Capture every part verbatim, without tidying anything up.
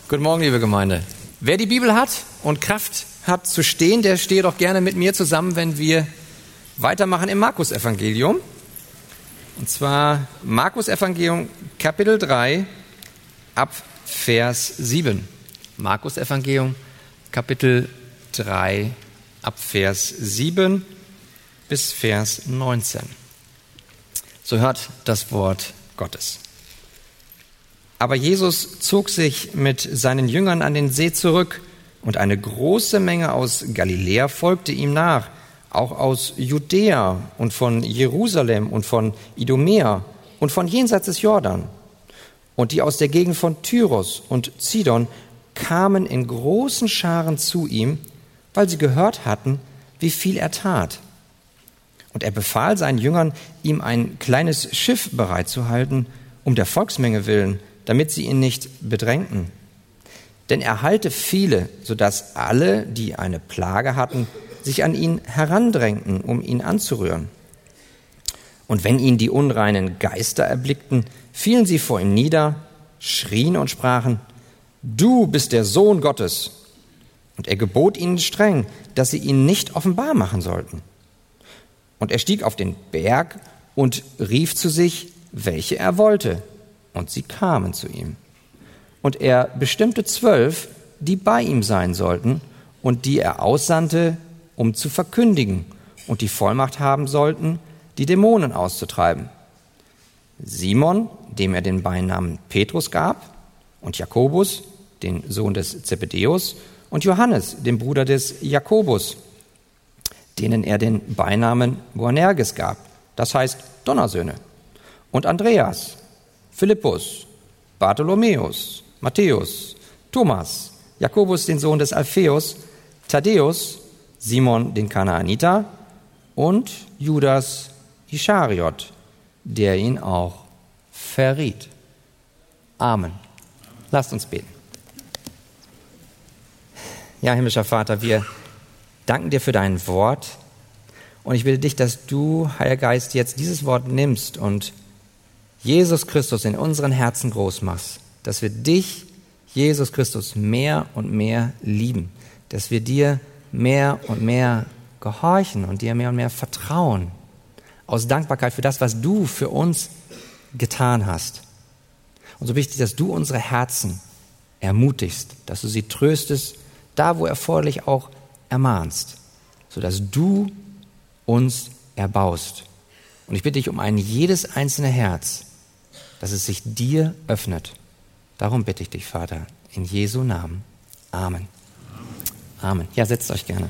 Guten Morgen, liebe Gemeinde. Wer die Bibel hat und Kraft hat zu stehen, der stehe doch gerne mit mir zusammen, wenn wir weitermachen im Markus-Evangelium. Und zwar Markus-Evangelium Kapitel drei ab Vers sieben. Markus-Evangelium Kapitel drei ab Vers sieben bis Vers neunzehn. So hört das Wort Gottes. Aber Jesus zog sich mit seinen Jüngern an den See zurück, und eine große Menge aus Galiläa folgte ihm nach, auch aus Judäa und von Jerusalem und von Idumea und von jenseits des Jordan. Und die aus der Gegend von Tyros und Zidon kamen in großen Scharen zu ihm, weil sie gehört hatten, wie viel er tat. Und er befahl seinen Jüngern, ihm ein kleines Schiff bereitzuhalten, um der Volksmenge willen, damit sie ihn nicht bedrängten. Denn er heilte viele, sodass alle, die eine Plage hatten, sich an ihn herandrängten, um ihn anzurühren. Und wenn ihn die unreinen Geister erblickten, fielen sie vor ihm nieder, schrien und sprachen: Du bist der Sohn Gottes. Und er gebot ihnen streng, dass sie ihn nicht offenbar machen sollten. Und er stieg auf den Berg und rief zu sich, welche er wollte. Und sie kamen zu ihm. Und er bestimmte zwölf, die bei ihm sein sollten und die er aussandte, um zu verkündigen und die Vollmacht haben sollten, die Dämonen auszutreiben. Simon, dem er den Beinamen Petrus gab, und Jakobus, den Sohn des Zebedäus, und Johannes, den Bruder des Jakobus, denen er den Beinamen Boanerges gab, das heißt Donnersöhne, und Andreas, Philippus, Bartholomäus, Matthäus, Thomas, Jakobus, den Sohn des Alpheus, Thaddäus, Simon, den Kanaaniter, und Judas Ischariot, der ihn auch verriet. Amen. Lasst uns beten. Ja, himmlischer Vater, wir danken dir für dein Wort. Und ich bitte dich, dass du, Heiliger Geist, jetzt dieses Wort nimmst und Jesus Christus in unseren Herzen groß machst, dass wir dich, Jesus Christus, mehr und mehr lieben, dass wir dir mehr und mehr gehorchen und dir mehr und mehr vertrauen, aus Dankbarkeit für das, was du für uns getan hast. Und so bitte ich dich, dass du unsere Herzen ermutigst, dass du sie tröstest, da wo erforderlich auch ermahnst, sodass du uns erbaust. Und ich bitte dich um ein jedes einzelne Herz, dass es sich dir öffnet. Darum bitte ich dich, Vater, in Jesu Namen. Amen. Amen. Ja, setzt euch gerne.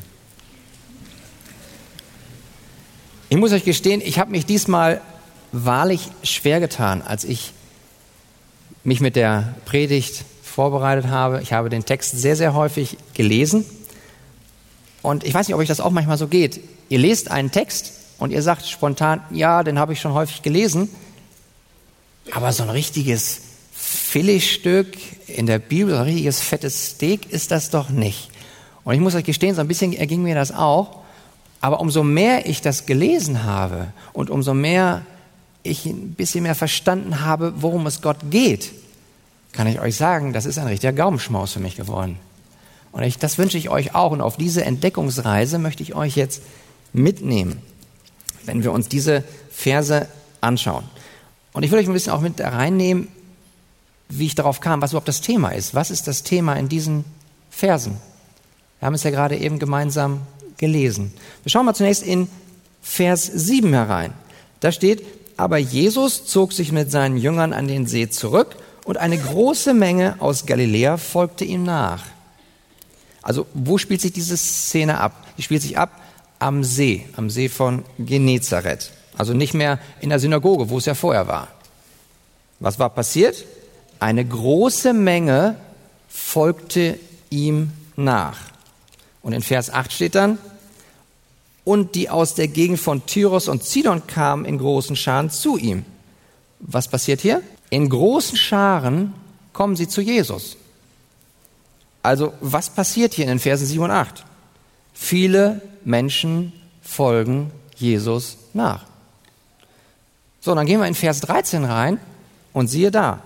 Ich muss euch gestehen, ich habe mich diesmal wahrlich schwer getan, als ich mich mit der Predigt vorbereitet habe. Ich habe den Text sehr, sehr häufig gelesen. Und ich weiß nicht, ob euch das auch manchmal so geht. Ihr lest einen Text und ihr sagt spontan, ja, den habe ich schon häufig gelesen. Aber so ein richtiges Filetstück in der Bibel, so ein richtiges fettes Steak ist das doch nicht. Und ich muss euch gestehen, so ein bisschen erging mir das auch. Aber umso mehr ich das gelesen habe und umso mehr ich ein bisschen mehr verstanden habe, worum es Gott geht, kann ich euch sagen, das ist ein richtiger Gaumenschmaus für mich geworden. Und ich, das wünsche ich euch auch. Und auf diese Entdeckungsreise möchte ich euch jetzt mitnehmen, wenn wir uns diese Verse anschauen. Und ich will euch ein bisschen auch mit reinnehmen, wie ich darauf kam, was überhaupt das Thema ist. Was ist das Thema in diesen Versen? Wir haben es ja gerade eben gemeinsam gelesen. Wir schauen mal zunächst in Vers sieben herein. Da steht: Aber Jesus zog sich mit seinen Jüngern an den See zurück, und eine große Menge aus Galiläa folgte ihm nach. Also, wo spielt sich diese Szene ab? Die spielt sich ab am See, am See von Genezareth. Also nicht mehr in der Synagoge, wo es ja vorher war. Was war passiert? Eine große Menge folgte ihm nach. Und in Vers acht steht dann: Und die aus der Gegend von Tyros und Zidon kamen in großen Scharen zu ihm. Was passiert hier? In großen Scharen kommen sie zu Jesus. Also was passiert hier in den Versen sieben und acht? Viele Menschen folgen Jesus nach. So, dann gehen wir in Vers dreizehn rein und siehe da,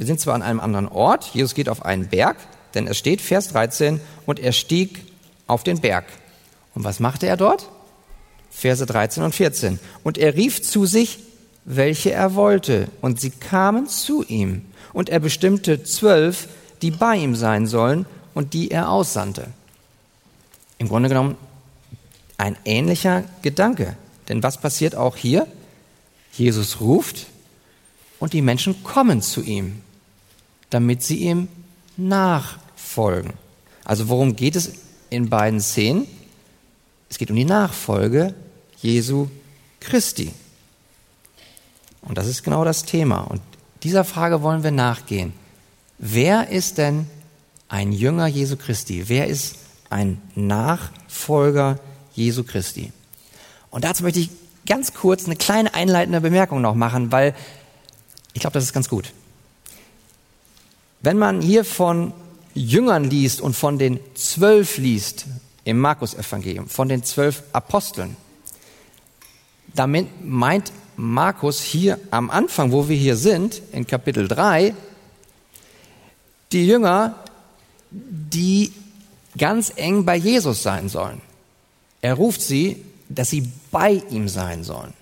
wir sind zwar an einem anderen Ort, Jesus geht auf einen Berg, denn es steht, Vers dreizehn, und er stieg auf den Berg. Und was machte er dort? Verse dreizehn und vierzehn. Und er rief zu sich, welche er wollte, und sie kamen zu ihm. Und er bestimmte zwölf, die bei ihm sein sollen und die er aussandte. Im Grunde genommen ein ähnlicher Gedanke. Denn was passiert auch hier? Jesus ruft und die Menschen kommen zu ihm, damit sie ihm nachfolgen. Also worum geht es in beiden Szenen? Es geht um die Nachfolge Jesu Christi. Und das ist genau das Thema. Und dieser Frage wollen wir nachgehen. Wer ist denn ein Jünger Jesu Christi? Wer ist ein Nachfolger Jesu Christi? Und dazu möchte ich ganz kurz eine kleine einleitende Bemerkung noch machen, weil ich glaube, das ist ganz gut. Wenn man hier von Jüngern liest und von den zwölf liest im Markus-Evangelium, von den zwölf Aposteln, damit meint Markus hier am Anfang, wo wir hier sind, in Kapitel drei, die Jünger, die ganz eng bei Jesus sein sollen. Er ruft sie, dass sie bei ihm sein sollen.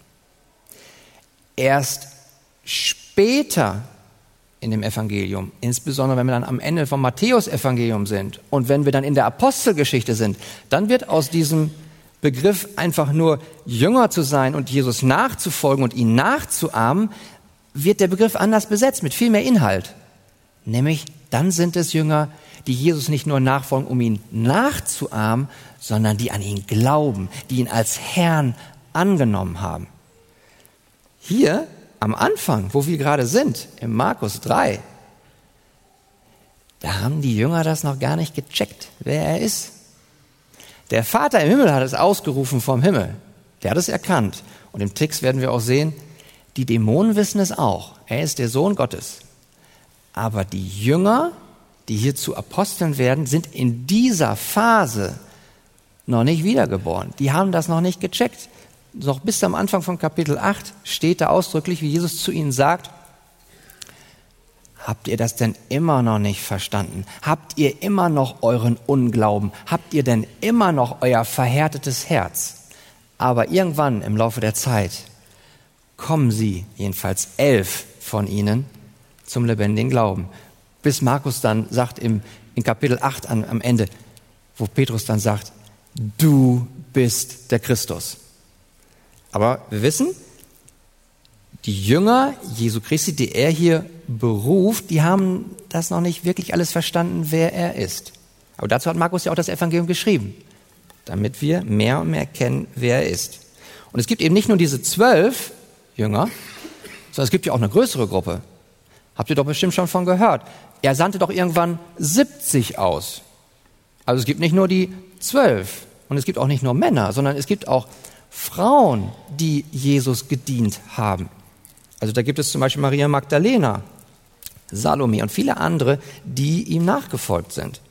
Erst später in dem Evangelium, insbesondere wenn wir dann am Ende vom Matthäus-Evangelium sind und wenn wir dann in der Apostelgeschichte sind, dann wird aus diesem Begriff einfach nur Jünger zu sein und Jesus nachzufolgen und ihn nachzuahmen, wird der Begriff anders besetzt, mit viel mehr Inhalt. Nämlich, dann sind es Jünger, die Jesus nicht nur nachfolgen, um ihn nachzuahmen, sondern die an ihn glauben, die ihn als Herrn angenommen haben. Hier am Anfang, wo wir gerade sind, im Markus drei, da haben die Jünger das noch gar nicht gecheckt, wer er ist. Der Vater im Himmel hat es ausgerufen vom Himmel. Der hat es erkannt. Und im Text werden wir auch sehen, die Dämonen wissen es auch. Er ist der Sohn Gottes. Aber die Jünger, die hier zu Aposteln werden, sind in dieser Phase noch nicht wiedergeboren. Die haben das noch nicht gecheckt. Noch bis am Anfang von Kapitel acht steht da ausdrücklich, wie Jesus zu ihnen sagt, habt ihr das denn immer noch nicht verstanden? Habt ihr immer noch euren Unglauben? Habt ihr denn immer noch euer verhärtetes Herz? Aber irgendwann im Laufe der Zeit kommen sie, jedenfalls elf von ihnen, zum lebendigen Glauben. Bis Markus dann sagt im, in Kapitel acht an, am Ende, wo Petrus dann sagt, du bist der Christus. Aber wir wissen, die Jünger Jesu Christi, die er hier beruft, die haben das noch nicht wirklich alles verstanden, wer er ist. Aber dazu hat Markus ja auch das Evangelium geschrieben, damit wir mehr und mehr kennen, wer er ist. Und es gibt eben nicht nur diese zwölf Jünger, sondern es gibt ja auch eine größere Gruppe. Habt ihr doch bestimmt schon von gehört. Er sandte doch irgendwann siebzig aus. Also es gibt nicht nur die zwölf und es gibt auch nicht nur Männer, sondern es gibt auch Frauen, die Jesus gedient haben. Also da gibt es zum Beispiel Maria Magdalena, Salome und viele andere, die ihm nachgefolgt sind.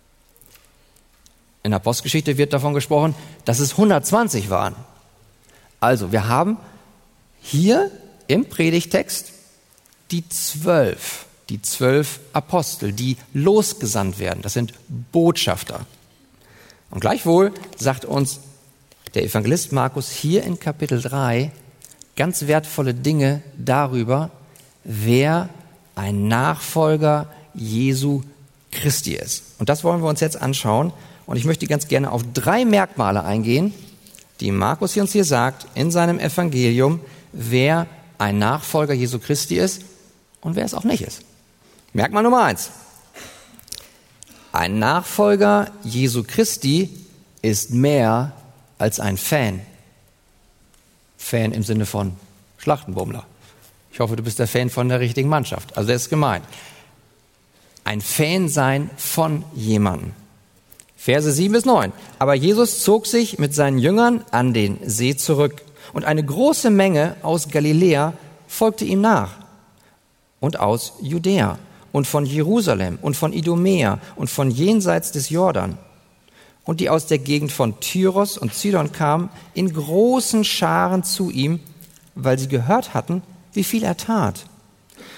In der Apostelgeschichte wird davon gesprochen, dass es hundertzwanzig waren. Also wir haben hier im Predigtext die zwölf, die zwölf Apostel, die losgesandt werden. Das sind Botschafter. Und gleichwohl sagt uns der Evangelist Markus hier in Kapitel drei ganz wertvolle Dinge darüber, wer ein Nachfolger Jesu Christi ist. Und das wollen wir uns jetzt anschauen. Und ich möchte ganz gerne auf drei Merkmale eingehen, die Markus uns hier sagt in seinem Evangelium, wer ein Nachfolger Jesu Christi ist und wer es auch nicht ist. Merkmal Nummer eins. Ein Nachfolger Jesu Christi ist mehr als ein Fan. Fan im Sinne von Schlachtenbummler. Ich hoffe, du bist der Fan von der richtigen Mannschaft. Also das ist gemeint. Ein Fan sein von jemandem. Verse sieben bis neun. Aber Jesus zog sich mit seinen Jüngern an den See zurück und eine große Menge aus Galiläa folgte ihm nach und aus Judäa und von Jerusalem und von Idumea und von jenseits des Jordan und die aus der Gegend von Tyros und Sidon kamen in großen Scharen zu ihm, weil sie gehört hatten, wie viel er tat.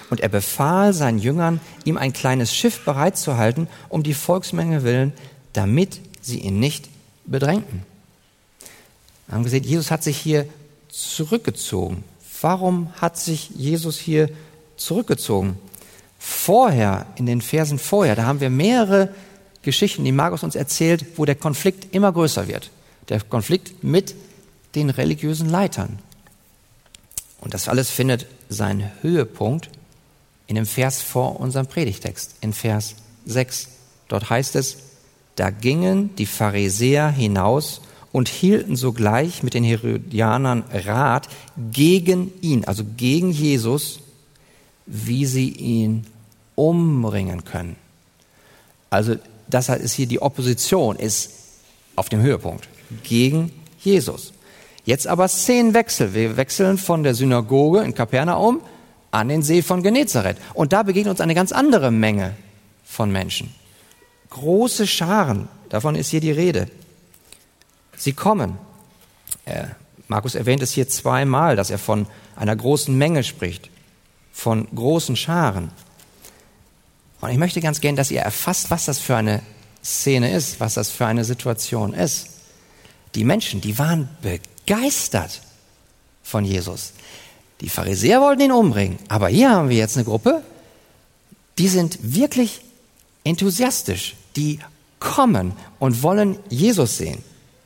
Und er befahl seinen Jüngern, ihm ein kleines Schiff bereitzuhalten, um die Volksmenge willen, damit sie ihn nicht bedrängten. Wir haben gesehen, Jesus hat sich hier zurückgezogen. Warum hat sich Jesus hier zurückgezogen? Vorher, in den Versen vorher, da haben wir mehrere Geschichten, die Markus uns erzählt, wo der Konflikt immer größer wird. Der Konflikt mit den religiösen Leitern. Und das alles findet seinen Höhepunkt in dem Vers vor unserem Predigtext, in Vers sechs. Dort heißt es, da gingen die Pharisäer hinaus und hielten sogleich mit den Herodianern Rat gegen ihn, also gegen Jesus, wie sie ihn umbringen können. Also das ist hier die Opposition, ist auf dem Höhepunkt gegen Jesus. Jetzt aber Szenenwechsel. Wir wechseln von der Synagoge in Kapernaum an den See von Genezareth. Und da begegnet uns eine ganz andere Menge von Menschen. Große Scharen, davon ist hier die Rede. Sie kommen. Äh, Markus erwähnt es hier zweimal, dass er von einer großen Menge spricht, von großen Scharen. Und ich möchte ganz gern, dass ihr erfasst, was das für eine Szene ist, was das für eine Situation ist. Die Menschen, die waren begeistert von Jesus. Die Pharisäer wollten ihn umbringen, aber hier haben wir jetzt eine Gruppe, die sind wirklich enthusiastisch, die kommen und wollen Jesus sehen.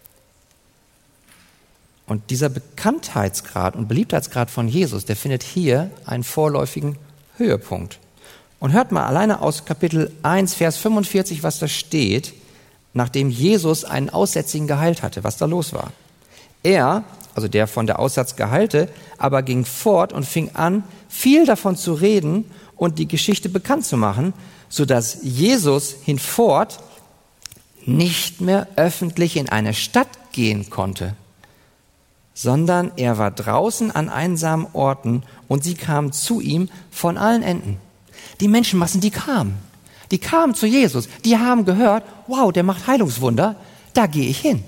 Und dieser Bekanntheitsgrad und Beliebtheitsgrad von Jesus, der findet hier einen vorläufigen Höhepunkt. Und hört mal alleine aus Kapitel eins, Vers fünfundvierzig, was da steht, nachdem Jesus einen Aussätzigen geheilt hatte, was da los war. Er, also der von der Aussatz Geheilte, aber ging fort und fing an, viel davon zu reden und die Geschichte bekannt zu machen, sodass Jesus hinfort nicht mehr öffentlich in eine Stadt gehen konnte, sondern er war draußen an einsamen Orten und sie kamen zu ihm von allen Enden. Die Menschenmassen, die kamen, die kamen zu Jesus, die haben gehört, wow, der macht Heilungswunder, da gehe ich hin.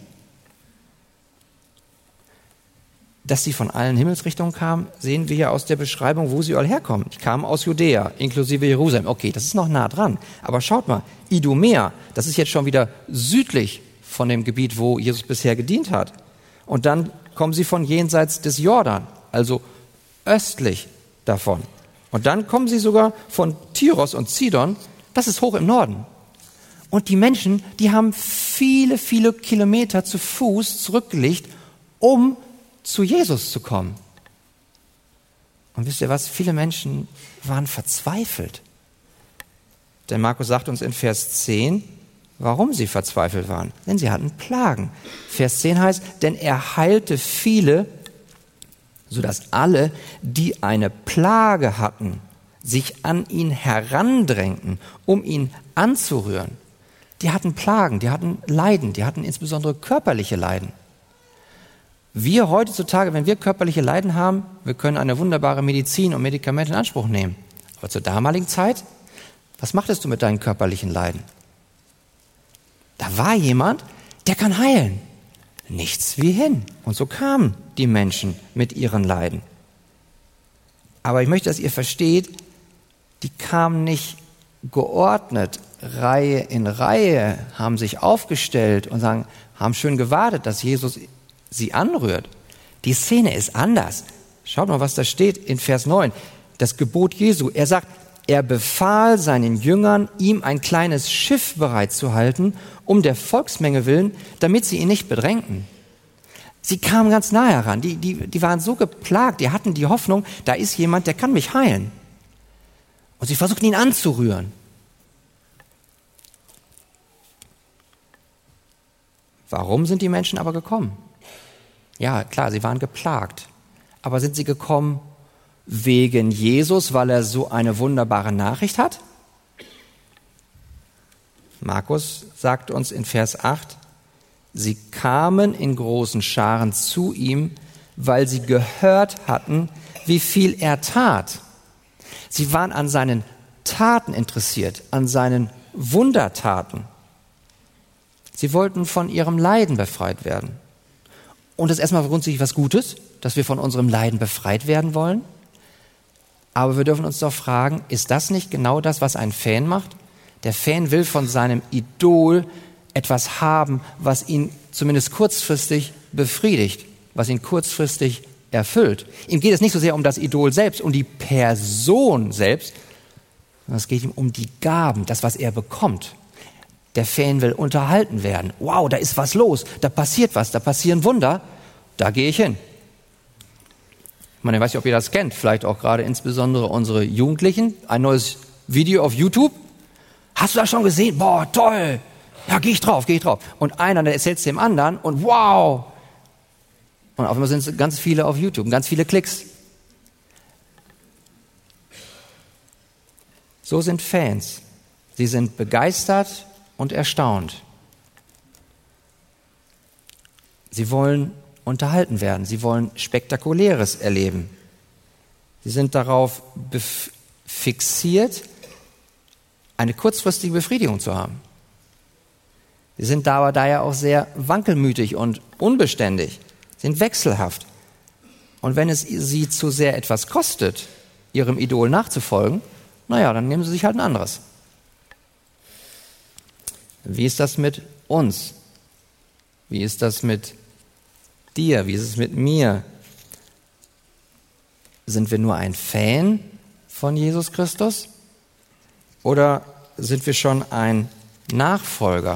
Dass sie von allen Himmelsrichtungen kamen, sehen wir ja aus der Beschreibung, wo sie all herkommen. Die kamen aus Judäa, inklusive Jerusalem. Okay, das ist noch nah dran. Aber schaut mal, Idumea, das ist jetzt schon wieder südlich von dem Gebiet, wo Jesus bisher gedient hat. Und dann kommen sie von jenseits des Jordan, also östlich davon. Und dann kommen sie sogar von Tyros und Sidon, das ist hoch im Norden. Und die Menschen, die haben viele, viele Kilometer zu Fuß zurückgelegt, um zu Jesus zu kommen. Und wisst ihr was? Viele Menschen waren verzweifelt. Denn Markus sagt uns in Vers zehn, warum sie verzweifelt waren. Denn sie hatten Plagen. Vers zehn heißt, denn er heilte viele, sodass alle, die eine Plage hatten, sich an ihn herandrängten, um ihn anzurühren. Die hatten Plagen, die hatten Leiden, die hatten insbesondere körperliche Leiden. Wir heutzutage, wenn wir körperliche Leiden haben, wir können eine wunderbare Medizin und Medikamente in Anspruch nehmen. Aber zur damaligen Zeit, was machtest du mit deinen körperlichen Leiden? Da war jemand, der kann heilen. Nichts wie hin. Und so kamen die Menschen mit ihren Leiden. Aber ich möchte, dass ihr versteht, die kamen nicht geordnet, Reihe in Reihe, haben sich aufgestellt und sagen, haben schön gewartet, dass Jesus sie anrührt. Die Szene ist anders. Schaut mal, was da steht in Vers neun. Das Gebot Jesu. Er sagt, er befahl seinen Jüngern, ihm ein kleines Schiff bereitzuhalten, um der Volksmenge willen, damit sie ihn nicht bedrängten. Sie kamen ganz nah heran. Die, die, die waren so geplagt, die hatten die Hoffnung, da ist jemand, der kann mich heilen. Und sie versuchten ihn anzurühren. Warum sind die Menschen aber gekommen? Ja, klar, sie waren geplagt. Aber sind sie gekommen wegen Jesus, weil er so eine wunderbare Nachricht hat? Markus sagt uns in Vers acht, sie kamen in großen Scharen zu ihm, weil sie gehört hatten, wie viel er tat. Sie waren an seinen Taten interessiert, an seinen Wundertaten. Sie wollten von ihrem Leiden befreit werden. Und das ist erstmal grundsätzlich was Gutes, dass wir von unserem Leiden befreit werden wollen. Aber wir dürfen uns doch fragen, ist das nicht genau das, was ein Fan macht? Der Fan will von seinem Idol etwas haben, was ihn zumindest kurzfristig befriedigt, was ihn kurzfristig erfüllt. Ihm geht es nicht so sehr um das Idol selbst, um die Person selbst, sondern es geht ihm um die Gaben, das, was er bekommt. Der Fan will unterhalten werden. Wow, da ist was los, da passiert was, da passieren Wunder, da gehe ich hin. Ich meine, ich weiß nicht, ob ihr das kennt, vielleicht auch gerade insbesondere unsere Jugendlichen. Ein neues Video auf YouTube. Hast du das schon gesehen? Boah, toll. Ja, gehe ich drauf, gehe ich drauf. Und einer, der erzählt es dem anderen und wow. Und auf einmal sind es ganz viele auf YouTube, ganz viele Klicks. So sind Fans. Sie sind begeistert und erstaunt. Sie wollen unterhalten werden. Sie wollen Spektakuläres erleben. Sie sind darauf bef- fixiert, eine kurzfristige Befriedigung zu haben. Sie sind aber daher auch sehr wankelmütig und unbeständig, sind wechselhaft. Und wenn es sie zu sehr etwas kostet, ihrem Idol nachzufolgen, naja, dann nehmen sie sich halt ein anderes. Wie ist das mit uns? Wie ist das mit dir? Wie ist es mit mir? Sind wir nur ein Fan von Jesus Christus? Oder sind wir schon ein Nachfolger?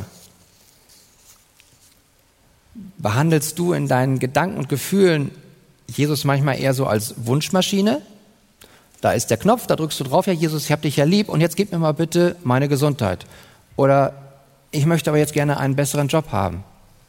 Behandelst du in deinen Gedanken und Gefühlen Jesus manchmal eher so als Wunschmaschine? Da ist der Knopf, da drückst du drauf, ja Jesus, ich hab dich ja lieb und jetzt gib mir mal bitte meine Gesundheit. Oder ich möchte aber jetzt gerne einen besseren Job haben.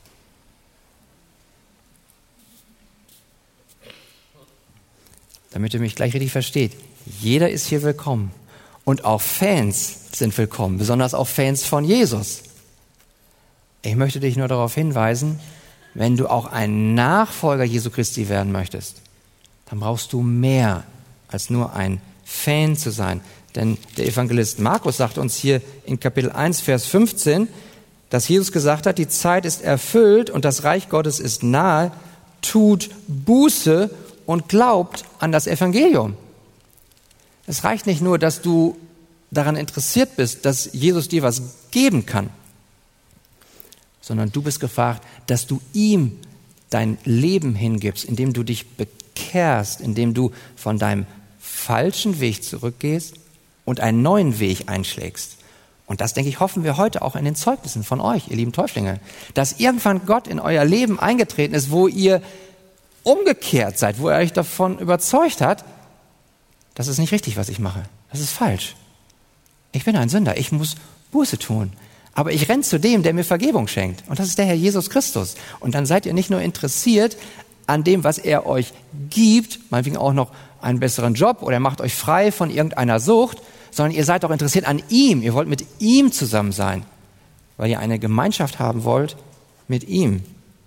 Damit ihr mich gleich richtig versteht. Jeder ist hier willkommen. Und auch Fans sind willkommen, besonders auch Fans von Jesus. Ich möchte dich nur darauf hinweisen, wenn du auch ein Nachfolger Jesu Christi werden möchtest, dann brauchst du mehr als nur ein Fan zu sein. Denn der Evangelist Markus sagt uns hier in Kapitel eins, Vers fünfzehn, dass Jesus gesagt hat, die Zeit ist erfüllt und das Reich Gottes ist nahe, tut Buße und glaubt an das Evangelium. Es reicht nicht nur, dass du daran interessiert bist, dass Jesus dir was geben kann, sondern du bist gefragt, dass du ihm dein Leben hingibst, indem du dich bekehrst, indem du von deinem falschen Weg zurückgehst und einen neuen Weg einschlägst. Und das, denke ich, hoffen wir heute auch in den Zeugnissen von euch, ihr lieben Täuflinge, dass irgendwann Gott in euer Leben eingetreten ist, wo ihr umgekehrt seid, wo er euch davon überzeugt hat, das ist nicht richtig, was ich mache. Das ist falsch. Ich bin ein Sünder, ich muss Buße tun. Aber ich renne zu dem, der mir Vergebung schenkt. Und das ist der Herr Jesus Christus. Und dann seid ihr nicht nur interessiert an dem, was er euch gibt, meinetwegen auch noch einen besseren Job oder er macht euch frei von irgendeiner Sucht, sondern ihr seid auch interessiert an ihm. Ihr wollt mit ihm zusammen sein, weil ihr eine Gemeinschaft haben wollt mit ihm.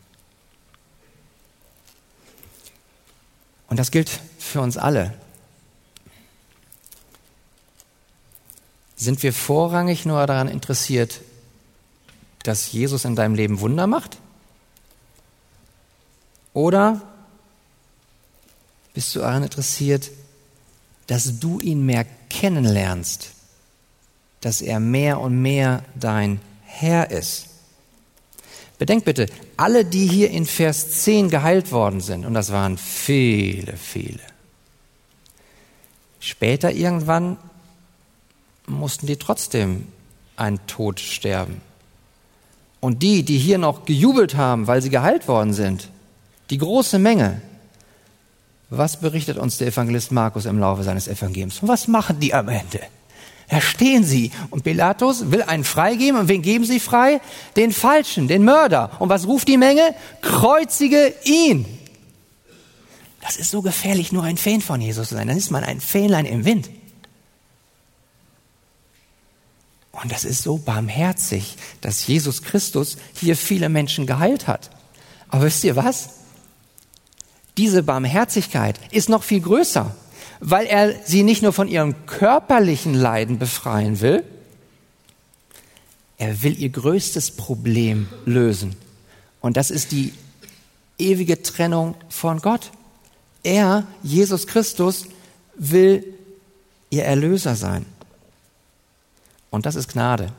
Und das gilt für uns alle. Sind wir vorrangig nur daran interessiert, dass Jesus in deinem Leben Wunder macht? Oder bist du daran interessiert, dass du ihn mehr kennenlernst, dass er mehr und mehr dein Herr ist? Bedenkt bitte, alle, die hier in Vers zehn geheilt worden sind, und das waren viele, viele, später irgendwann mussten die trotzdem einen Tod sterben. Und die, die hier noch gejubelt haben, weil sie geheilt worden sind, die große Menge, was berichtet uns der Evangelist Markus im Laufe seines Evangeliums? Und was machen die am Ende? Da stehen sie und Pilatus will einen freigeben. Und wen geben sie frei? Den Falschen, den Mörder. Und was ruft die Menge? Kreuzige ihn. Das ist so gefährlich, nur ein Fan von Jesus zu sein. Dann ist man ein Fähnlein im Wind. Und das ist so barmherzig, dass Jesus Christus hier viele Menschen geheilt hat. Aber wisst ihr was? Diese Barmherzigkeit ist noch viel größer, weil er sie nicht nur von ihrem körperlichen Leiden befreien will, er will ihr größtes Problem lösen. Und das ist die ewige Trennung von Gott. Er, Jesus Christus, will ihr Erlöser sein. Und das ist Gnade.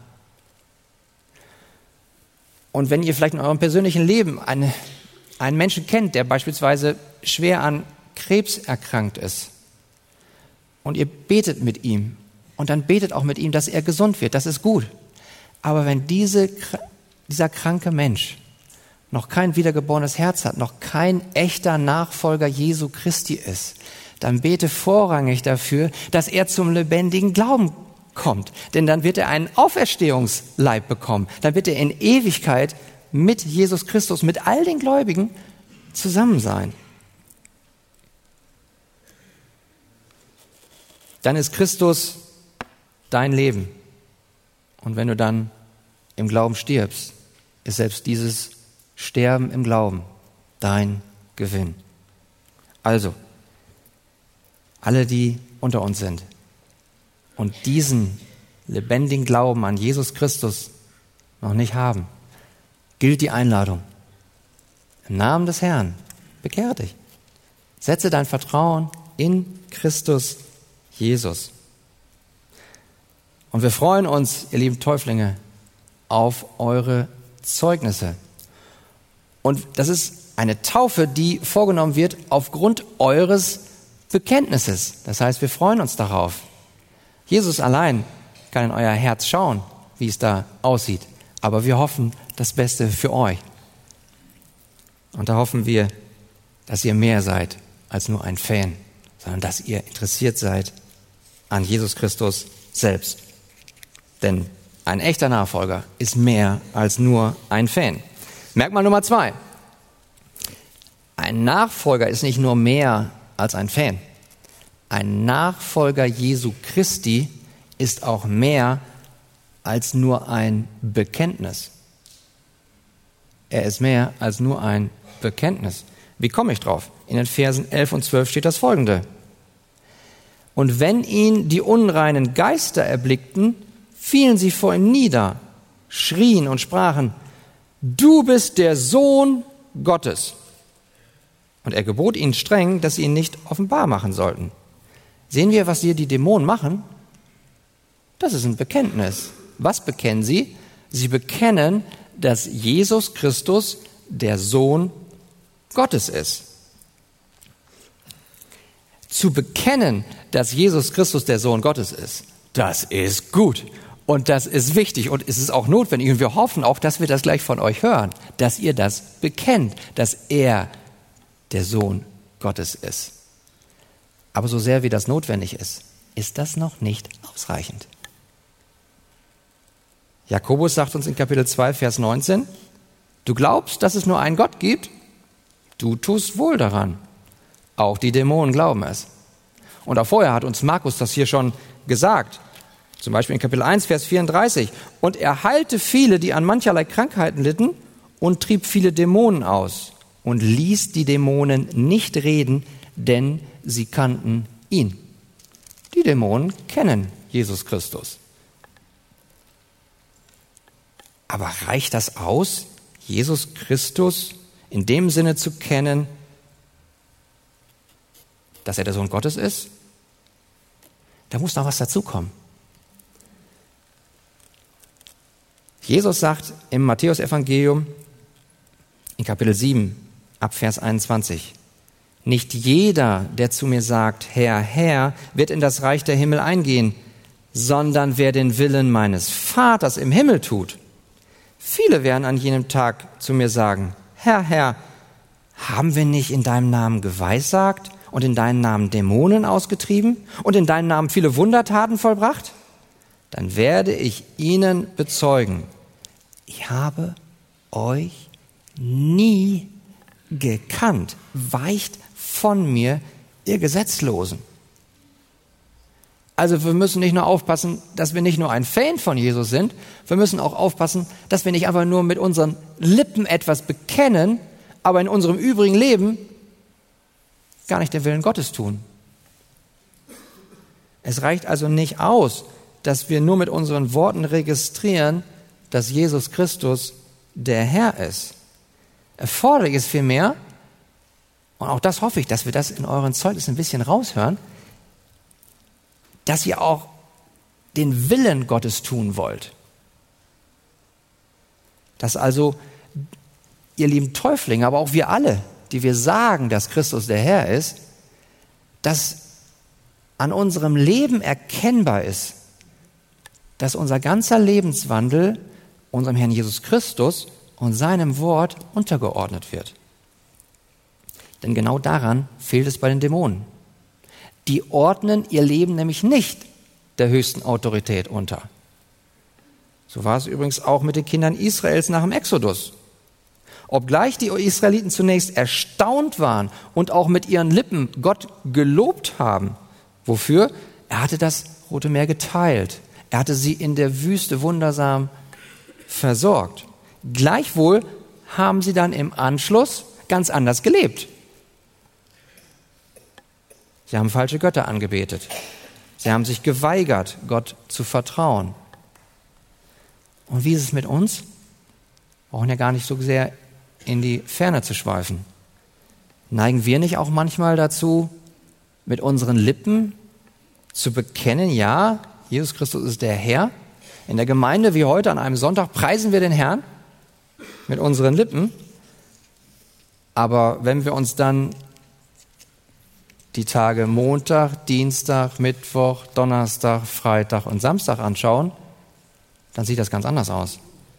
Und wenn ihr vielleicht in eurem persönlichen Leben eine, einen Menschen kennt, der beispielsweise schwer an Krebs erkrankt ist, und ihr betet mit ihm, und dann betet auch mit ihm, dass er gesund wird, das ist gut. Aber wenn diese, dieser kranke Mensch noch kein wiedergeborenes Herz hat, noch kein echter Nachfolger Jesu Christi ist, dann bete vorrangig dafür, dass er zum lebendigen Glauben kommt. Denn dann wird er einen Auferstehungsleib bekommen. Dann wird er in Ewigkeit mit Jesus Christus, mit all den Gläubigen zusammen sein. Dann ist Christus dein Leben. Und wenn du dann im Glauben stirbst, ist selbst dieses Sterben im Glauben dein Gewinn. Also, alle, die unter uns sind und diesen lebendigen Glauben an Jesus Christus noch nicht haben, gilt die Einladung. Im Namen des Herrn, bekehre dich. Setze dein Vertrauen in Christus Jesus. Und wir freuen uns, ihr lieben Täuflinge, auf eure Zeugnisse. Und das ist eine Taufe, die vorgenommen wird aufgrund eures Bekenntnisses. Das heißt, wir freuen uns darauf. Jesus allein kann in euer Herz schauen, wie es da aussieht. Aber wir hoffen das Beste für euch. Und da hoffen wir, dass ihr mehr seid als nur ein Fan, sondern dass ihr interessiert seid an Jesus Christus selbst. Denn ein echter Nachfolger ist mehr als nur ein Fan. Merkmal Nummer zwei. Ein Nachfolger ist nicht nur mehr als ein Fan. Ein Nachfolger Jesu Christi ist auch mehr als nur ein Bekenntnis. Er ist mehr als nur ein Bekenntnis. Wie komme ich drauf? In den Versen elf und zwölf steht das Folgende. Und wenn ihn die unreinen Geister erblickten, fielen sie vor ihm nieder, schrien und sprachen, du bist der Sohn Gottes. Und er gebot ihnen streng, dass sie ihn nicht offenbar machen sollten. Sehen wir, was hier die Dämonen machen? Das ist ein Bekenntnis. Was bekennen sie? Sie bekennen, dass Jesus Christus der Sohn Gottes ist. Zu bekennen, dass Jesus Christus der Sohn Gottes ist, das ist gut. Und das ist wichtig und es ist auch notwendig. Und wir hoffen auch, dass wir das gleich von euch hören, dass ihr das bekennt, dass er der Sohn Gottes ist. Aber so sehr wie das notwendig ist, ist das noch nicht ausreichend. Jakobus sagt uns in Kapitel zwei, Vers neunzehn, du glaubst, dass es nur einen Gott gibt? Du tust wohl daran. Auch die Dämonen glauben es. Und auch vorher hat uns Markus das hier schon gesagt. Zum Beispiel in Kapitel eins, Vers vierunddreißig. Und er heilte viele, die an mancherlei Krankheiten litten und trieb viele Dämonen aus und ließ die Dämonen nicht reden, denn sie kannten ihn. Die Dämonen kennen Jesus Christus. Aber reicht das aus, Jesus Christus in dem Sinne zu kennen, dass er der Sohn Gottes ist? Da muss noch was dazukommen. Jesus sagt im Matthäus-Evangelium in Kapitel sieben, ab Vers einundzwanzig, nicht jeder, der zu mir sagt, Herr, Herr, wird in das Reich der Himmel eingehen, sondern wer den Willen meines Vaters im Himmel tut. Viele werden an jenem Tag zu mir sagen, Herr, Herr, haben wir nicht in deinem Namen geweissagt und in deinem Namen Dämonen ausgetrieben und in deinem Namen viele Wundertaten vollbracht? Dann werde ich ihnen bezeugen, ich habe euch nie gekannt. Weicht von mir, ihr Gesetzlosen. Also wir müssen nicht nur aufpassen, dass wir nicht nur ein Fan von Jesus sind, wir müssen auch aufpassen, dass wir nicht einfach nur mit unseren Lippen etwas bekennen, aber in unserem übrigen Leben gar nicht den Willen Gottes tun. Es reicht also nicht aus, dass wir nur mit unseren Worten registrieren, dass Jesus Christus der Herr ist. Erforderlich ist vielmehr, und auch das hoffe ich, dass wir das in euren Zeugnissen ein bisschen raushören, dass ihr auch den Willen Gottes tun wollt. Dass also, ihr lieben Täuflinge, aber auch wir alle, die wir sagen, dass Christus der Herr ist, dass an unserem Leben erkennbar ist, dass unser ganzer Lebenswandel unserem Herrn Jesus Christus und seinem Wort untergeordnet wird. Denn genau daran fehlt es bei den Dämonen. Die ordnen ihr Leben nämlich nicht der höchsten Autorität unter. So war es übrigens auch mit den Kindern Israels nach dem Exodus. Obgleich die Israeliten zunächst erstaunt waren und auch mit ihren Lippen Gott gelobt haben. Wofür? Er hatte das Rote Meer geteilt. Er hatte sie in der Wüste wundersam versorgt. Gleichwohl haben sie dann im Anschluss ganz anders gelebt. Sie haben falsche Götter angebetet. Sie haben sich geweigert, Gott zu vertrauen. Und wie ist es mit uns? Wir brauchen ja gar nicht so sehr in die Ferne zu schweifen. Neigen wir nicht auch manchmal dazu, mit unseren Lippen zu bekennen, ja, Jesus Christus ist der Herr? In der Gemeinde wie heute an einem Sonntag preisen wir den Herrn mit unseren Lippen. Aber wenn wir uns dann die Tage Montag, Dienstag, Mittwoch, Donnerstag, Freitag und Samstag anschauen, dann sieht das ganz anders aus.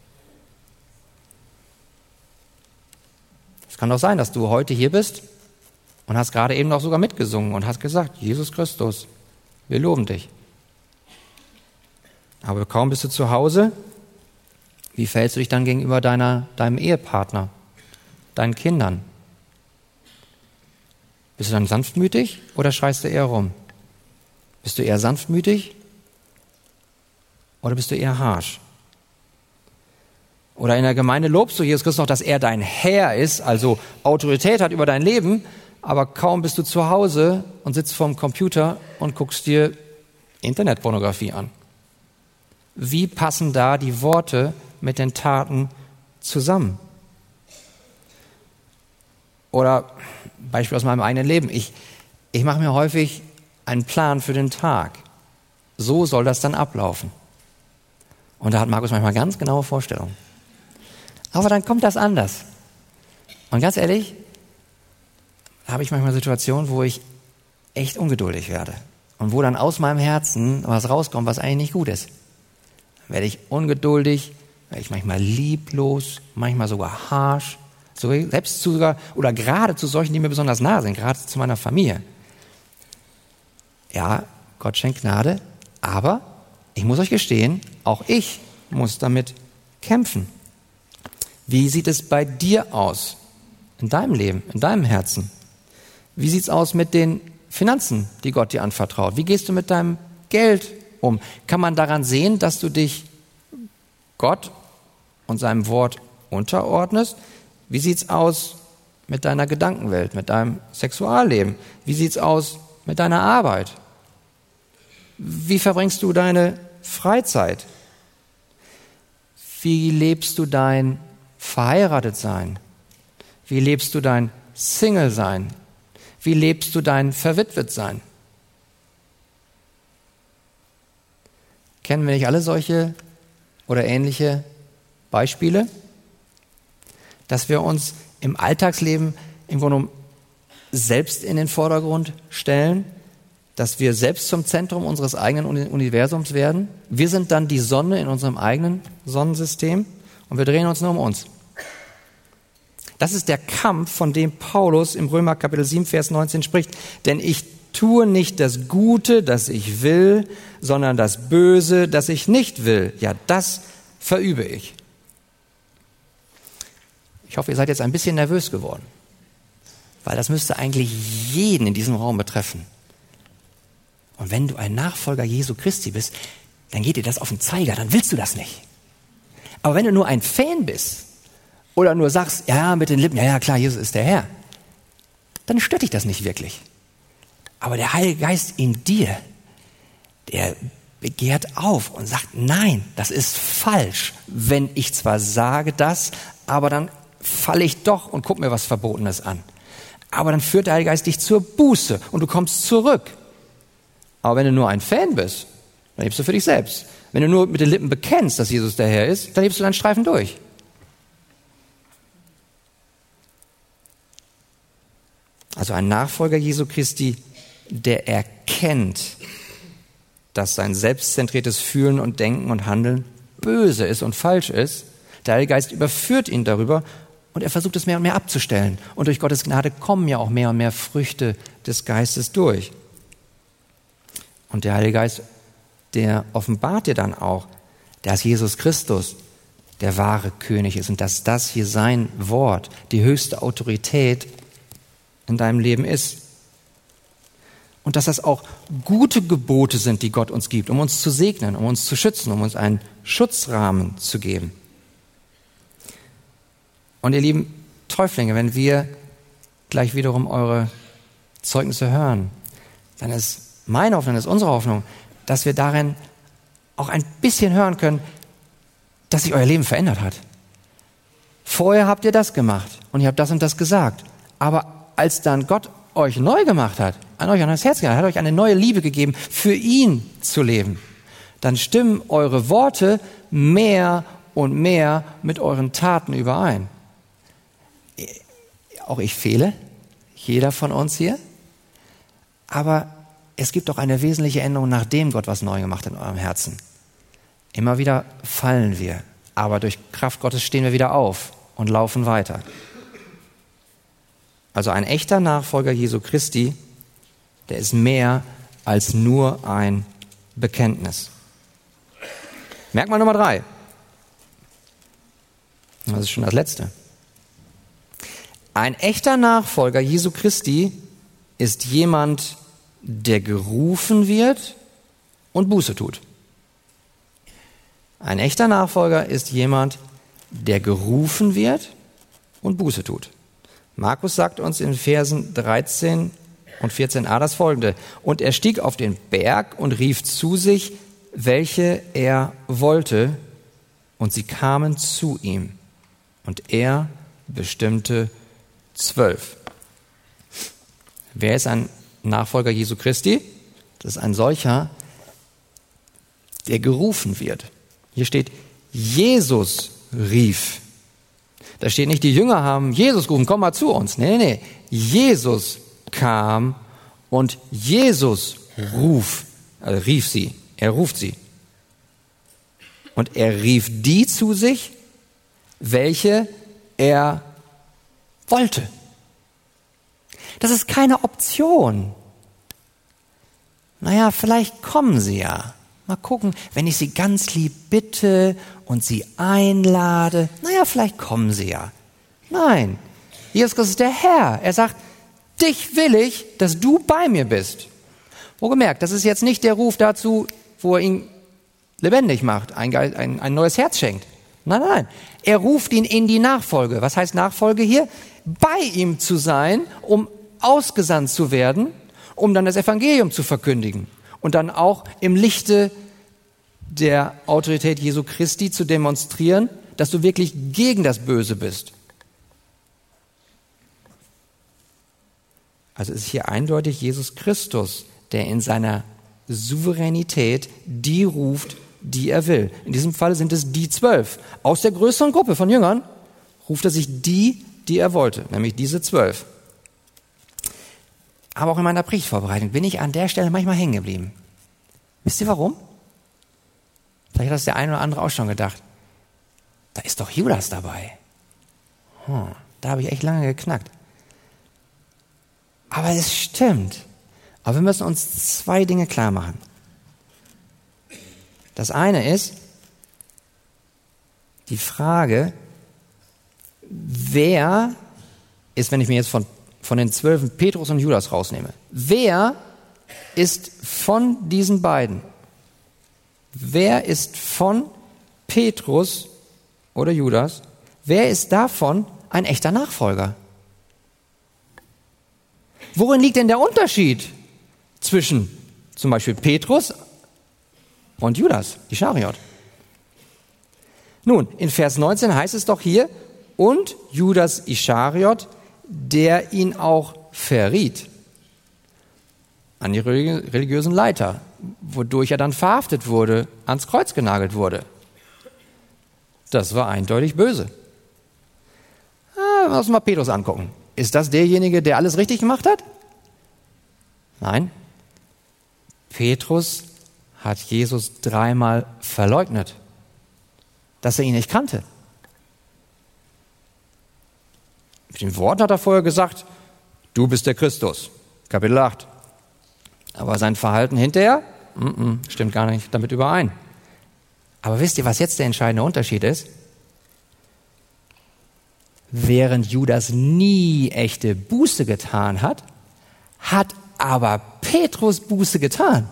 Es kann doch sein, dass du heute hier bist und hast gerade eben noch sogar mitgesungen und hast gesagt, Jesus Christus, wir loben dich. Aber kaum bist du zu Hause, wie verhältst du dich dann gegenüber deiner, deinem Ehepartner, deinen Kindern? Bist du dann sanftmütig oder schreist du eher rum? Bist du eher sanftmütig oder bist du eher harsch? Oder in der Gemeinde lobst du Jesus Christus noch, dass er dein Herr ist, also Autorität hat über dein Leben, aber kaum bist du zu Hause und sitzt vorm Computer und guckst dir Internetpornografie an. Wie passen da die Worte mit den Taten zusammen? Oder Beispiel aus meinem eigenen Leben. Ich, ich mache mir häufig einen Plan für den Tag. So soll das dann ablaufen. Und da hat Markus manchmal ganz genaue Vorstellungen. Aber dann kommt das anders. Und ganz ehrlich, da habe ich manchmal Situationen, wo ich echt ungeduldig werde. Und wo dann aus meinem Herzen was rauskommt, was eigentlich nicht gut ist. Dann werde ich ungeduldig, werde ich manchmal lieblos, manchmal sogar harsch. Selbst zu sogar, oder gerade zu solchen, die mir besonders nahe sind, gerade zu meiner Familie. Ja, Gott schenkt Gnade, aber ich muss euch gestehen, auch ich muss damit kämpfen. Wie sieht es bei dir aus? In deinem Leben, in deinem Herzen? Wie sieht es aus mit den Finanzen, die Gott dir anvertraut? Wie gehst du mit deinem Geld um? Kann man daran sehen, dass du dich Gott und seinem Wort unterordnest? Wie sieht's aus mit deiner Gedankenwelt, mit deinem Sexualleben? Wie sieht's aus mit deiner Arbeit? Wie verbringst du deine Freizeit? Wie lebst du dein Verheiratetsein? Wie lebst du dein Single-Sein? Wie lebst du dein Verwitwet-Sein? Kennen wir nicht alle solche oder ähnliche Beispiele? Dass wir uns im Alltagsleben im Grunde genommen selbst in den Vordergrund stellen, dass wir selbst zum Zentrum unseres eigenen Universums werden. Wir sind dann die Sonne in unserem eigenen Sonnensystem und wir drehen uns nur um uns. Das ist der Kampf, von dem Paulus im Römer Kapitel sieben, Vers neunzehn spricht. Denn ich tue nicht das Gute, das ich will, sondern das Böse, das ich nicht will. Ja, das verübe ich. Ich hoffe, ihr seid jetzt ein bisschen nervös geworden, weil das müsste eigentlich jeden in diesem Raum betreffen. Und wenn du ein Nachfolger Jesu Christi bist, dann geht dir das auf den Zeiger, dann willst du das nicht. Aber wenn du nur ein Fan bist oder nur sagst, ja, mit den Lippen, ja, ja, klar, Jesus ist der Herr, dann stört dich das nicht wirklich. Aber der Heilige Geist in dir, der begehrt auf und sagt, nein, das ist falsch, wenn ich zwar sage das, aber dann falle ich doch und guck mir was Verbotenes an. Aber dann führt der Heilige Geist dich zur Buße und du kommst zurück. Aber wenn du nur ein Fan bist, dann lebst du für dich selbst. Wenn du nur mit den Lippen bekennst, dass Jesus der Herr ist, dann lebst du deinen Streifen durch. Also ein Nachfolger Jesu Christi, der erkennt, dass sein selbstzentriertes Fühlen und Denken und Handeln böse ist und falsch ist. Der Heilige Geist überführt ihn darüber und er versucht es mehr und mehr abzustellen. Und durch Gottes Gnade kommen ja auch mehr und mehr Früchte des Geistes durch. Und der Heilige Geist, der offenbart dir dann auch, dass Jesus Christus der wahre König ist und dass das hier sein Wort, die höchste Autorität in deinem Leben ist. Und dass das auch gute Gebote sind, die Gott uns gibt, um uns zu segnen, um uns zu schützen, um uns einen Schutzrahmen zu geben. Und ihr lieben Täuflinge, wenn wir gleich wiederum eure Zeugnisse hören, dann ist meine Hoffnung, das ist unsere Hoffnung, dass wir darin auch ein bisschen hören können, dass sich euer Leben verändert hat. Vorher habt ihr das gemacht und ihr habt das und das gesagt. Aber als dann Gott euch neu gemacht hat, an euch an das Herz gegeben hat, hat euch eine neue Liebe gegeben, für ihn zu leben, dann stimmen eure Worte mehr und mehr mit euren Taten überein. Auch ich fehle, jeder von uns hier, aber es gibt doch eine wesentliche Änderung, nachdem Gott was neu gemacht hat in eurem Herzen. Immer wieder fallen wir, aber durch Kraft Gottes stehen wir wieder auf und laufen weiter. Also ein echter Nachfolger Jesu Christi, der ist mehr als nur ein Bekenntnis. Merkmal Nummer drei. Das ist schon das Letzte. Ein echter Nachfolger Jesu Christi ist jemand, der gerufen wird und Buße tut. Ein echter Nachfolger ist jemand, der gerufen wird und Buße tut. Markus sagt uns in Versen dreizehn und vierzehn a das Folgende. Und er stieg auf den Berg und rief zu sich, welche er wollte, und sie kamen zu ihm. Und er bestimmte zwölf. Wer ist ein Nachfolger Jesu Christi? Das ist ein solcher, der gerufen wird. Hier steht, Jesus rief. Da steht nicht, die Jünger haben Jesus gerufen, komm mal zu uns. Nee, nee, nee. Jesus kam und Jesus ruf, also rief sie. Er ruft sie. Und er rief die zu sich, welche er wollte. Das ist keine Option. Naja, vielleicht kommen sie ja. Mal gucken, wenn ich sie ganz lieb bitte und sie einlade, naja, vielleicht kommen sie ja. Nein, Jesus Christus ist der Herr. Er sagt, dich will ich, dass du bei mir bist. Wohlgemerkt, das ist jetzt nicht der Ruf dazu, wo er ihn lebendig macht, ein, ein, ein neues Herz schenkt. Nein, nein, nein. Er ruft ihn in die Nachfolge. Was heißt Nachfolge hier? Bei ihm zu sein, um ausgesandt zu werden, um dann das Evangelium zu verkündigen. Und dann auch im Lichte der Autorität Jesu Christi zu demonstrieren, dass du wirklich gegen das Böse bist. Also ist hier eindeutig Jesus Christus, der in seiner Souveränität die ruft, die er will. In diesem Fall sind es die zwölf. Aus der größeren Gruppe von Jüngern ruft er sich die, die er wollte, nämlich diese zwölf. Aber auch in meiner Predigtvorbereitung bin ich an der Stelle manchmal hängen geblieben. Wisst ihr warum? Vielleicht hat das der eine oder andere auch schon gedacht. Da ist doch Judas dabei. Hm, da habe ich echt lange geknackt. Aber es stimmt. Aber wir müssen uns zwei Dinge klar machen. Das eine ist die Frage, wer ist, wenn ich mir jetzt von von den Zwölfen Petrus und Judas rausnehme. Wer ist von diesen beiden? Wer ist von Petrus oder Judas? Wer ist davon ein echter Nachfolger? Worin liegt denn der Unterschied zwischen zum Beispiel Petrus und Judas Ischariot? Nun, in Vers neunzehn heißt es doch hier, und Judas Ischariot, der ihn auch verriet. an die religiösen Leiter, wodurch er dann verhaftet wurde, ans Kreuz genagelt wurde. Das war eindeutig böse. Ah, lass uns mal Petrus angucken. Ist das derjenige, der alles richtig gemacht hat? Nein. Petrus hat Jesus dreimal verleugnet, dass er ihn nicht kannte. Mit den Worten hat er vorher gesagt, du bist der Christus. Kapitel acht. Aber sein Verhalten hinterher, mm-mm, stimmt gar nicht damit überein. Aber wisst ihr, was jetzt der entscheidende Unterschied ist? Während Judas nie echte Buße getan hat, hat aber Petrus Buße getan.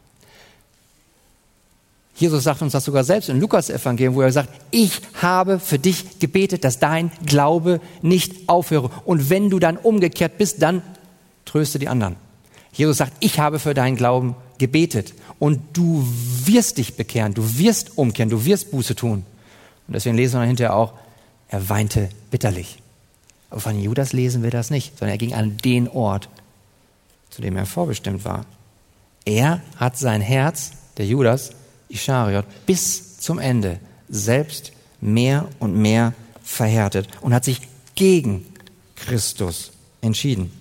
Jesus sagt uns das sogar selbst im Lukas-Evangelium, wo er sagt, ich habe für dich gebetet, dass dein Glaube nicht aufhöre. Und wenn du dann umgekehrt bist, dann tröste die anderen. Jesus sagt, ich habe für deinen Glauben gebetet und du wirst dich bekehren, du wirst umkehren, du wirst Buße tun. Und deswegen lesen wir dann hinterher auch, er weinte bitterlich. Aber von Judas lesen wir das nicht, sondern er ging an den Ort, zu dem er vorbestimmt war. Er hat sein Herz, der Judas Ischariot, bis zum Ende selbst mehr und mehr verhärtet und hat sich gegen Christus entschieden.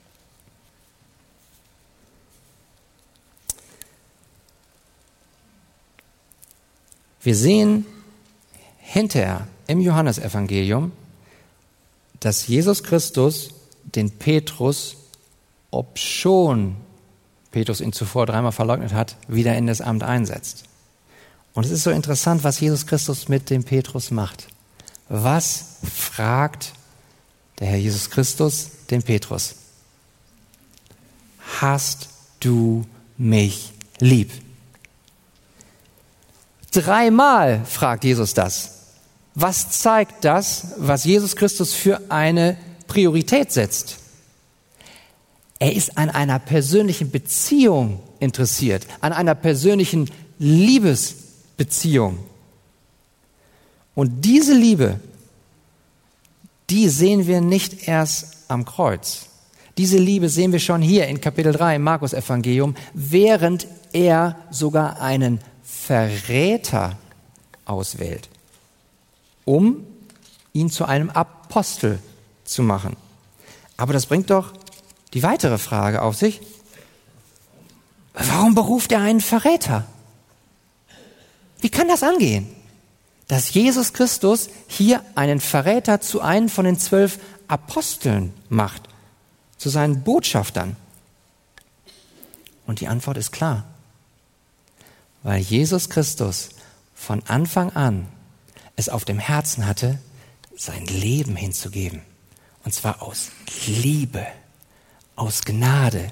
Wir sehen hinterher im Johannesevangelium, dass Jesus Christus den Petrus, obschon Petrus ihn zuvor dreimal verleugnet hat, wieder in das Amt einsetzt. Und es ist so interessant, was Jesus Christus mit dem Petrus macht. Was fragt der Herr Jesus Christus den Petrus? Hast du mich lieb? Dreimal fragt Jesus das. Was zeigt das, was Jesus Christus für eine Priorität setzt? Er ist an einer persönlichen Beziehung interessiert, an einer persönlichen Liebesbeziehung. Und diese Liebe, die sehen wir nicht erst am Kreuz. Diese Liebe sehen wir schon hier in Kapitel drei im Markus-Evangelium, während er sogar einen Verräter auswählt, um ihn zu einem Apostel zu machen. Aber das bringt doch die weitere Frage auf sich. Warum beruft er einen Verräter? Wie kann das angehen, dass Jesus Christus hier einen Verräter zu einem von den zwölf Aposteln macht, zu seinen Botschaftern? Und die Antwort ist klar. Weil Jesus Christus von Anfang an es auf dem Herzen hatte, sein Leben hinzugeben. Und zwar aus Liebe, aus Gnade.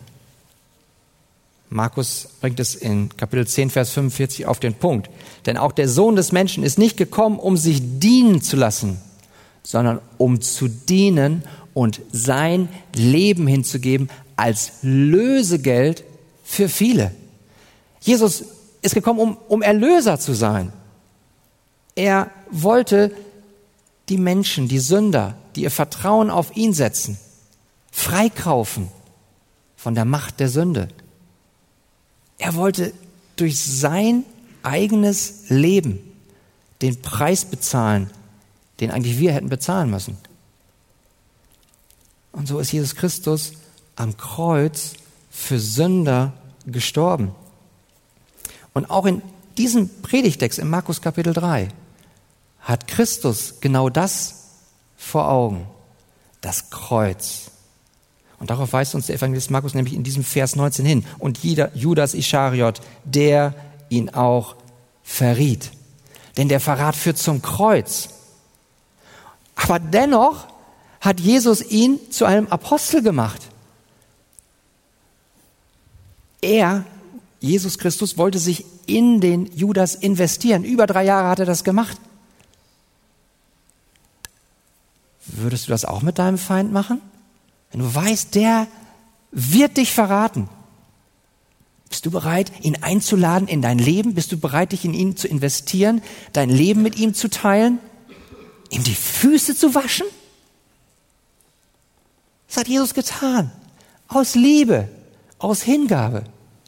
Markus bringt es in Kapitel zehn, Vers fünfundvierzig auf den Punkt. Denn auch der Sohn des Menschen ist nicht gekommen, um sich dienen zu lassen, sondern um zu dienen und sein Leben hinzugeben als Lösegeld für viele. Jesus ist gekommen, um, um Erlöser zu sein. Er wollte die Menschen, die Sünder, die ihr Vertrauen auf ihn setzen, freikaufen von der Macht der Sünde. Er wollte durch sein eigenes Leben den Preis bezahlen, den eigentlich wir hätten bezahlen müssen. Und so ist Jesus Christus am Kreuz für Sünder gestorben. Und auch in diesem Predigtext in Markus Kapitel drei hat Christus genau das vor Augen, das Kreuz. Und darauf weist uns der Evangelist Markus nämlich in diesem Vers neunzehn hin. Und Judas Ischariot, der ihn auch verriet. Denn der Verrat führt zum Kreuz. Aber dennoch hat Jesus ihn zu einem Apostel gemacht. Er, Jesus Christus, wollte sich in den Judas investieren. Über drei Jahre hat er das gemacht. Würdest du das auch mit deinem Feind machen? Wenn du weißt, der wird dich verraten. Bist du bereit, ihn einzuladen in dein Leben? Bist du bereit, dich in ihn zu investieren, dein Leben mit ihm zu teilen, ihm die Füße zu waschen? Das hat Jesus getan. Aus Liebe, aus Hingabe.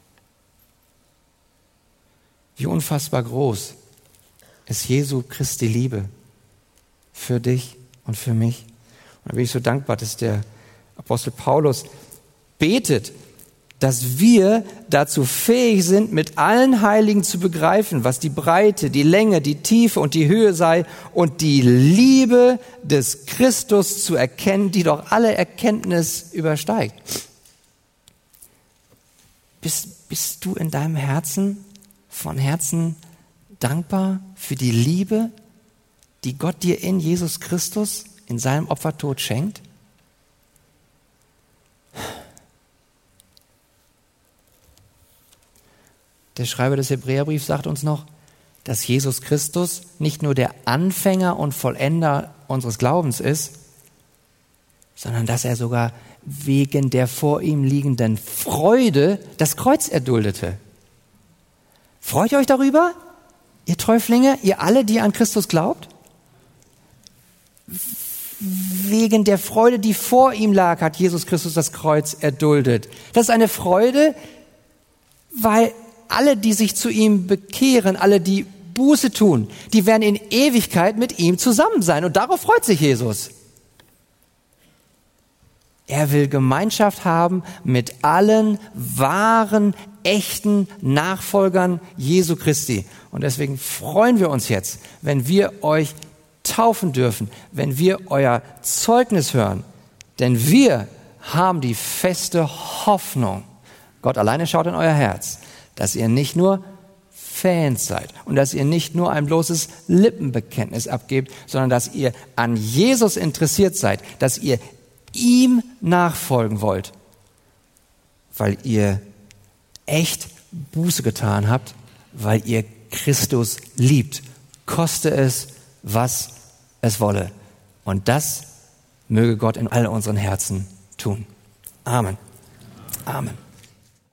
Wie unfassbar groß ist Jesu Christi Liebe für dich und für mich. Und da bin ich so dankbar, dass der Apostel Paulus betet, dass wir dazu fähig sind, mit allen Heiligen zu begreifen, was die Breite, die Länge, die Tiefe und die Höhe sei und die Liebe des Christus zu erkennen, die doch alle Erkenntnis übersteigt. Bist, bist du in deinem Herzen von Herzen dankbar für die Liebe, die Gott dir in Jesus Christus, in seinem Opfertod schenkt? Der Schreiber des Hebräerbriefs sagt uns noch, dass Jesus Christus nicht nur der Anfänger und Vollender unseres Glaubens ist, sondern dass er sogar wegen der vor ihm liegenden Freude das Kreuz erduldete. Freut ihr euch darüber, ihr Täuflinge, ihr alle, die an Christus glaubt? Wegen der Freude, die vor ihm lag, hat Jesus Christus das Kreuz erduldet. Das ist eine Freude, weil alle, die sich zu ihm bekehren, alle, die Buße tun, die werden in Ewigkeit mit ihm zusammen sein. Und darauf freut sich Jesus. Er will Gemeinschaft haben mit allen wahren, echten Nachfolgern Jesu Christi. Und deswegen freuen wir uns jetzt, wenn wir euch taufen dürfen, wenn wir euer Zeugnis hören. Denn wir haben die feste Hoffnung. Gott alleine schaut in euer Herz, dass ihr nicht nur Fans seid und dass ihr nicht nur ein bloßes Lippenbekenntnis abgebt, sondern dass ihr an Jesus interessiert seid, dass ihr ihm nachfolgen wollt, weil ihr echt Buße getan habt, weil ihr Christus liebt, koste es, was es wolle. Und das möge Gott in all unseren Herzen tun. Amen. Amen.